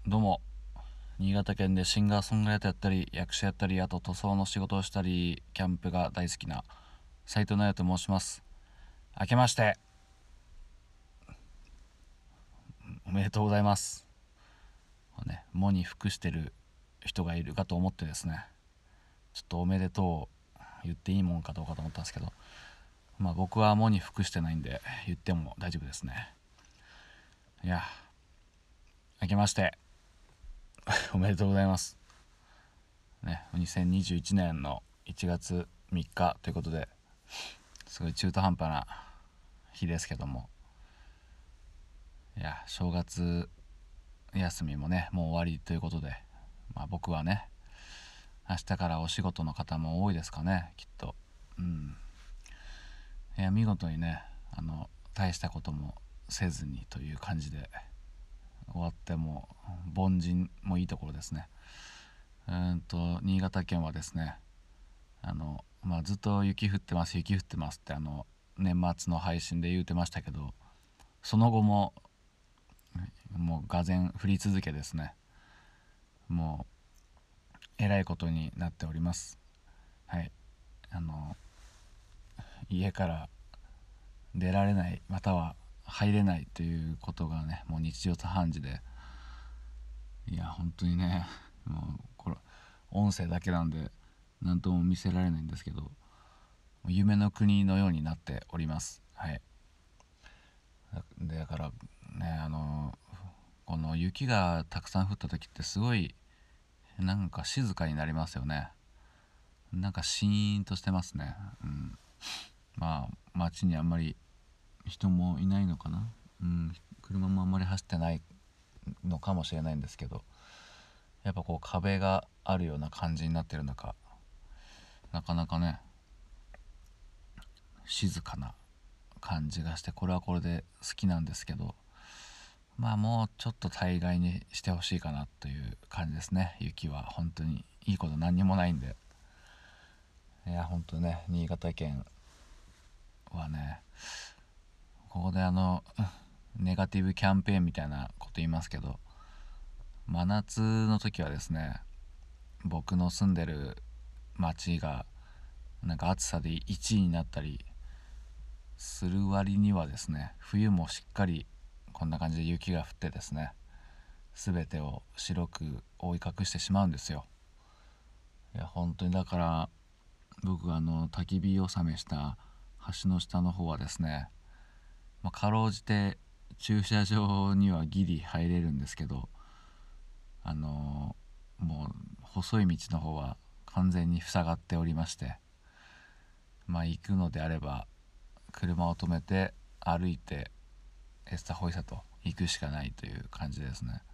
どうも、新潟県でシンガーソングライターやったり役者やったり、あと塗装の仕事をしたりキャンプが大好きな斉藤直也と申します。明けましておめでとうございます。喪に服してる人がいるかと思ってですね、ちょっとおめでとうを言っていいもんかどうかと思ったんですけど、僕は喪に服してないんで言っても大丈夫ですね。いや、明けましておめでとうございますね。2021年の1月3日ということで、すごい中途半端な日ですけども、いや、正月休みもねもう終わりということで、僕はね、明日からお仕事の方も多いですかね、きっと。いや、見事にね、大したこともせずにという感じで終わって、も凡人もいいところですね。新潟県はですね、ずっと雪降ってます雪降ってますって年末の配信で言うてましたけど、その後ももうがぜ降り続けですね、もうえらいことになっております。はい。家から出られない、または入れないということがね、もう日常茶飯事で、いや本当にね、もうこれ音声だけなんで何とも見せられないんですけど、夢の国のようになっております。はい。だからね、この雪がたくさん降った時ってすごいなんか静かになりますよね。なんかシーンとしてますね。街にあんまり人もいないのかな。車もあんまり走ってないのかもしれないんですけど、やっぱこう壁があるような感じになってるのか、なかなかね静かな感じがして、これはこれで好きなんですけど、もうちょっと大概にしてほしいかなという感じですね。雪は本当にいいこと何にもないんで。いや本当ね、新潟県はね、ここでネガティブキャンペーンみたいなこと言いますけど、真夏の時はですね、僕の住んでる町がなんか暑さで1位になったりする割にはですね、冬もしっかりこんな感じで雪が降ってですね、全てを白く覆い隠してしまうんですよ。いや本当に、だから僕が焚き火納めした橋の下の方はですね、かろうじて駐車場にはギリ入れるんですけど、もう細い道の方は完全に塞がっておりまして、行くのであれば車を止めて歩いてエスタホイサと行くしかないという感じですね。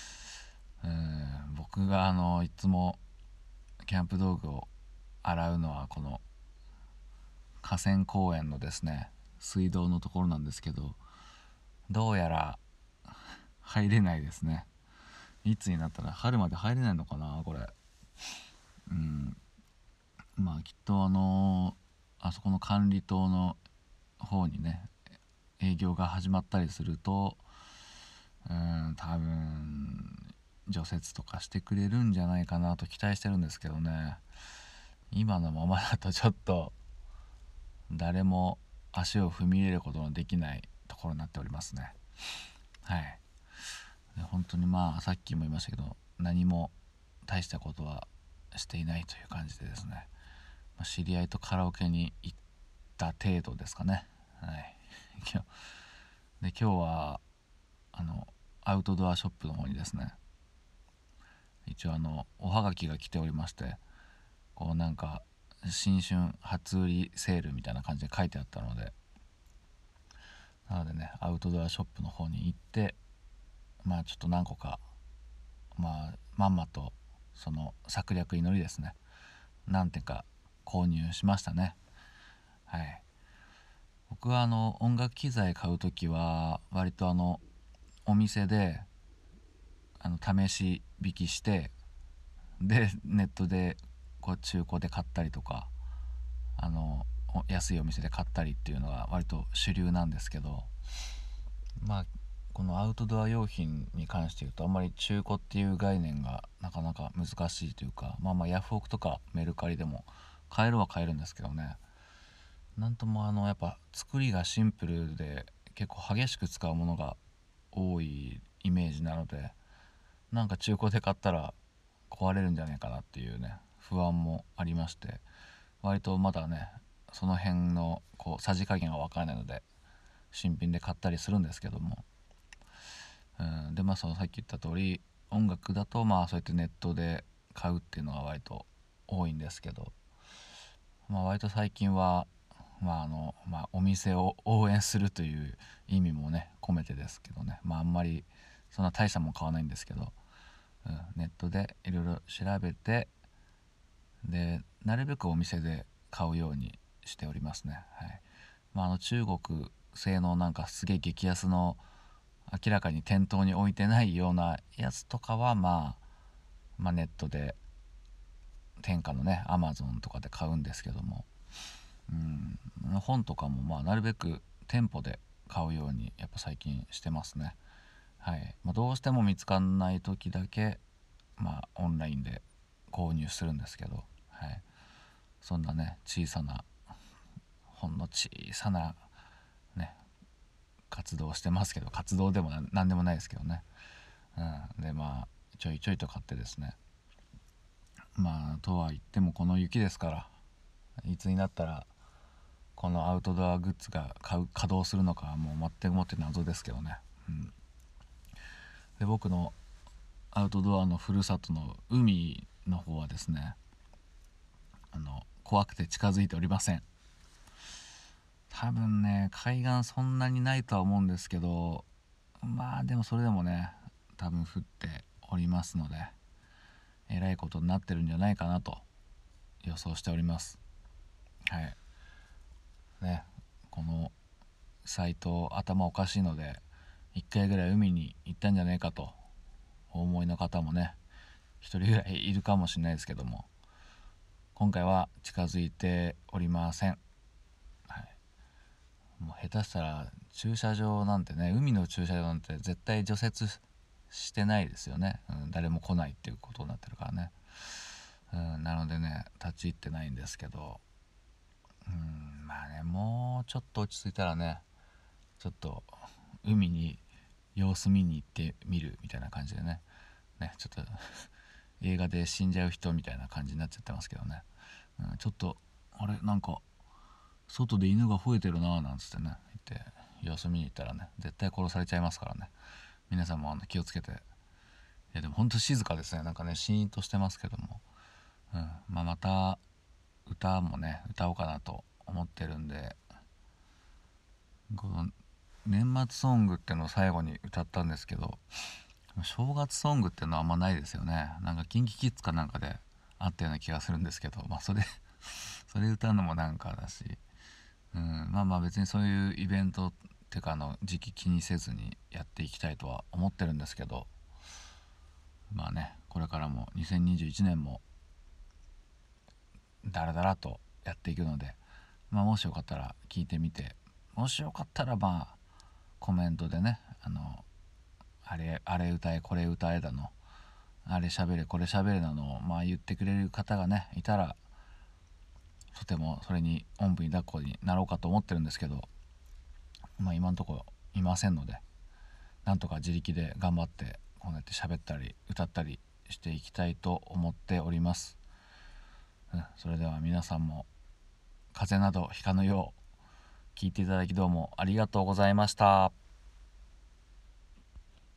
僕がいつもキャンプ道具を洗うのはこの河川公園のですね水道のところなんですけど、どうやら入れないですね。いつになったら春まで入れないのかなこれ。きっとあそこの管理棟の方にね営業が始まったりすると、多分除雪とかしてくれるんじゃないかなと期待してるんですけどね、今のままだとちょっと誰も足を踏み入れることのできないところになっておりますね。はい。本当にさっきも言いましたけど、何も大したことはしていないという感じでですね、知り合いとカラオケに行った程度ですかね。はい。今日はアウトドアショップの方にですね、一応おはがきが来ておりまして、こうなんか新春初売りセールみたいな感じで書いてあったので、なのでねアウトドアショップの方に行って、ちょっと何個かまんまとその策略に乗りですね、何点か購入しましたね。はい。僕は音楽機材買うときは割とお店で試し引きして、でネットでこう中古で買ったりとか、安いお店で買ったりっていうのが割と主流なんですけど、 このアウトドア用品に関して言うと、あんまり中古っていう概念がなかなか難しいというか、ヤフオクとかメルカリでも買えるは買えるんですけどね、なんともやっぱ作りがシンプルで結構激しく使うものが多いイメージなので、なんか中古で買ったら壊れるんじゃないかなっていうね不安もありまして、割とまだねその辺のさじ加減が分からないので新品で買ったりするんですけども、でそのさっき言った通り音楽だとそうやってネットで買うっていうのが割と多いんですけど、割と最近はお店を応援するという意味もね込めてですけどね、あんまりそんな大したもん買わないんですけど、ネットでいろいろ調べて、でなるべくお店で買うようにしておりますね。中国製のなんかすげえ激安の明らかに店頭に置いてないようなやつとかはネットで天下のね Amazon とかで買うんですけども、本とかもなるべく店舗で買うようにやっぱ最近してますね。どうしても見つかんない時だけオンラインで購入するんですけど、そんなねほんの小さなね活動をしてますけど、活動でもなんでもないですけどね、でちょいちょいと買ってですね、とは言ってもこの雪ですから、いつになったらこのアウトドアグッズが稼働するのかはもう全くもって謎ですけどね、で僕のアウトドアのふるさとの海の方はですね、怖くて近づいておりません。多分ね海岸そんなにないとは思うんですけど、でもそれでもね多分降っておりますので、えらいことになってるんじゃないかなと予想しております。このサイト頭おかしいので1回ぐらい海に行ったんじゃないかとお思いの方もね1人ぐらいいるかもしれないですけども、今回は近づいておりません。もう下手したら駐車場なんてね、海の駐車場なんて絶対除雪してないですよね、誰も来ないっていうことになってるからね、なのでね立ち入ってないんですけど、もうちょっと落ち着いたらねちょっと海に様子見に行ってみるみたいな感じでねちょっと映画で死んじゃう人みたいな感じになっちゃってますけどね、ちょっとあれなんか外で犬が増えてるななんつってね言って様子見に行ったらね絶対殺されちゃいますからね、皆さんも気をつけて。いやでもほんと静かですね、なんかねシーンとしてますけども、また歌もね歌おうかなと思ってるんで、この年末ソングっていうのを最後に歌ったんですけど、正月ソングっていうのはあんまないですよね。なんかキンキキッズかなんかであったような気がするんですけど、それ歌うのもなんかだし、別にそういうイベントっていうか時期気にせずにやっていきたいとは思ってるんですけど、これからも2021年もダラダラとやっていくので、もしよかったら聞いてみて、もしよかったらコメントでねあれ歌えこれ歌えだの、あれしゃべれこれしゃべれなのを言ってくれる方がねいたら、とてもそれにおんぶに抱っこになろうかと思ってるんですけど、今のところいませんので、なんとか自力で頑張ってこうやって喋ったり歌ったりしていきたいと思っております。それでは皆さんも風邪などひかぬよう聞いていただきどうもありがとうございました。